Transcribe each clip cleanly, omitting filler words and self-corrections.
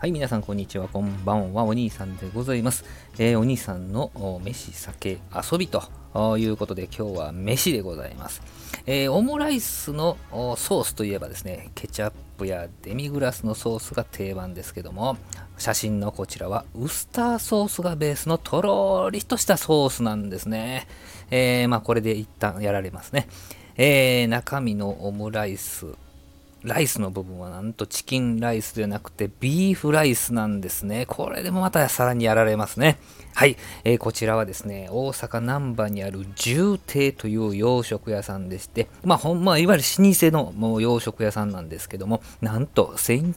はい、皆さんこんにちは、こんばんは、お兄さんでございます。お兄さんの飯、酒、遊びということで、今日は飯でございます。オムライスのソースといえばですね、ケチャップやデミグラスのソースが定番ですけども、写真のこちらはウスターソースがベースのとろーりとしたソースなんですね。これで一旦やられますね。中身のオムライス、ライスの部分はなんとチキンライスではなくてビーフライスなんですね。これでもまたさらにやられますね。はい、こちらはですね、大阪難波にある重亭という洋食屋さんでして、いわゆる老舗のもう洋食屋さんなんですけども、なんと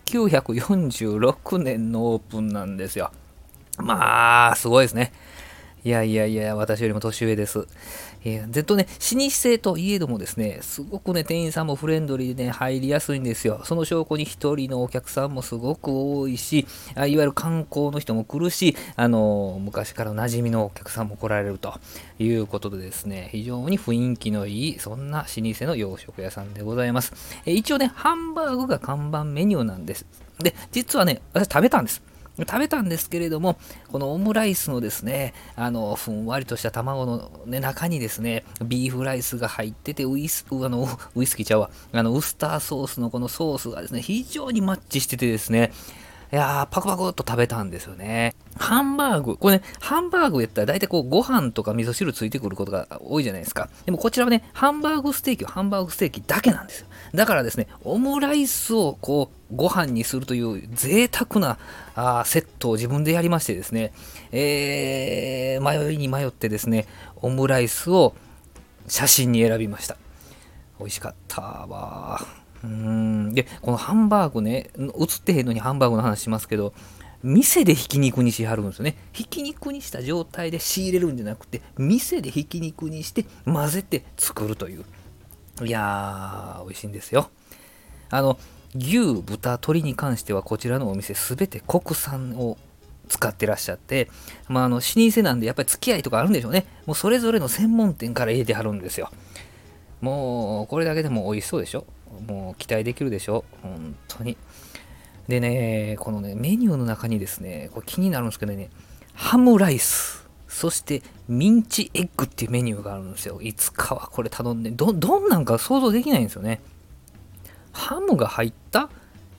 1946年のオープンなんですよ。すごいですね。いやいやいや、私よりも年上です。ずっとね、老舗といえどもですね、すごくね、店員さんもフレンドリーでね、入りやすいんですよ。その証拠に一人のお客さんもすごく多いし、いわゆる観光の人も来るし、昔から馴染みのお客さんも来られるということでですね、非常に雰囲気のいい、そんな老舗の洋食屋さんでございます。一応ね、ハンバーグが看板メニューなんです。で、実はね、私食べたんですけれども、このオムライスのですね、ふんわりとした卵の、ね、中にですね、ビーフライスが入ってて、ウイスキーちゃうわ、ウスターソースのこのソースがですね、非常にマッチしててですね、いやー、パクパクっと食べたんですよね。ハンバーグ。これね、ハンバーグやったら大体こうご飯とか味噌汁ついてくることが多いじゃないですか。でもこちらはね、ハンバーグステーキだけなんですよ。だからですね、オムライスをこうご飯にするという贅沢なセットを自分でやりましてですね、迷いに迷ってですね、オムライスを写真に選びました。美味しかったわ。で、このハンバーグね、映ってへんのにハンバーグの話しますけど、店でひき肉にしはるんですよね。ひき肉にした状態で仕入れるんじゃなくて、店でひき肉にして混ぜて作るという。いやー、美味しいんですよ。牛、豚、鶏に関してはこちらのお店すべて国産を使ってらっしゃって、老舗なんでやっぱり付き合いとかあるんでしょうね。もうそれぞれの専門店から入れてはるんですよ。もうこれだけでも美味しそうでしょ。もう期待できるでしょ。本当に。でね、このね、メニューの中にですね、これ気になるんですけどね、ハムライス、そしてミンチエッグっていうメニューがあるんですよ。いつかはこれ頼んで、どんなんか想像できないんですよね。ハムが入った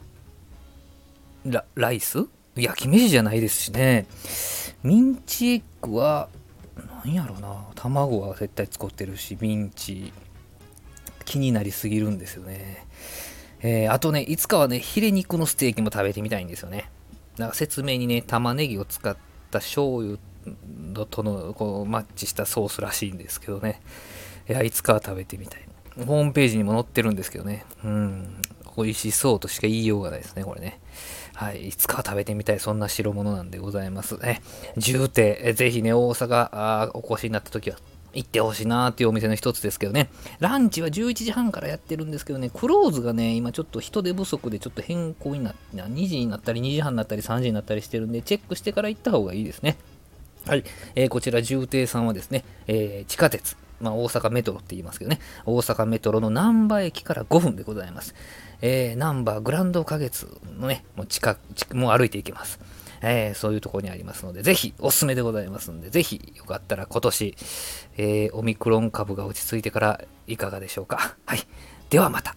ライス焼き飯じゃないですしね。ミンチエッグは、なんやろな、卵は絶対使ってるし、ミンチ、気になりすぎるんですよね。あとね、いつかはね、ヒレ肉のステーキも食べてみたいんですよね。なんか説明にね、玉ねぎを使った醤油とのこうマッチしたソースらしいんですけどね。いつかは食べてみたい。ホームページにも載ってるんですけどね。美味しそうとしか言いようがないですね、これね。はい、いつかは食べてみたい、そんな代物なんでございますね。重亭、ぜひね、大阪お越しになった時は、行ってほしいなーっていうお店の一つですけどね。ランチは11時半からやってるんですけどね、クローズがね、今ちょっと人手不足でちょっと変更になって、2時になったり2時半になったり3時になったりしてるんで、チェックしてから行った方がいいですね。はい、こちら重亭さんはですね、地下鉄、大阪メトロって言いますけどね、大阪メトロの難波駅から5分でございます。難波グランド花月のね、もう歩いていけます。そういうところにありますので、ぜひおすすめでございますので、ぜひよかったら今年、オミクロン株が落ち着いてからいかがでしょうか。はい。ではまた。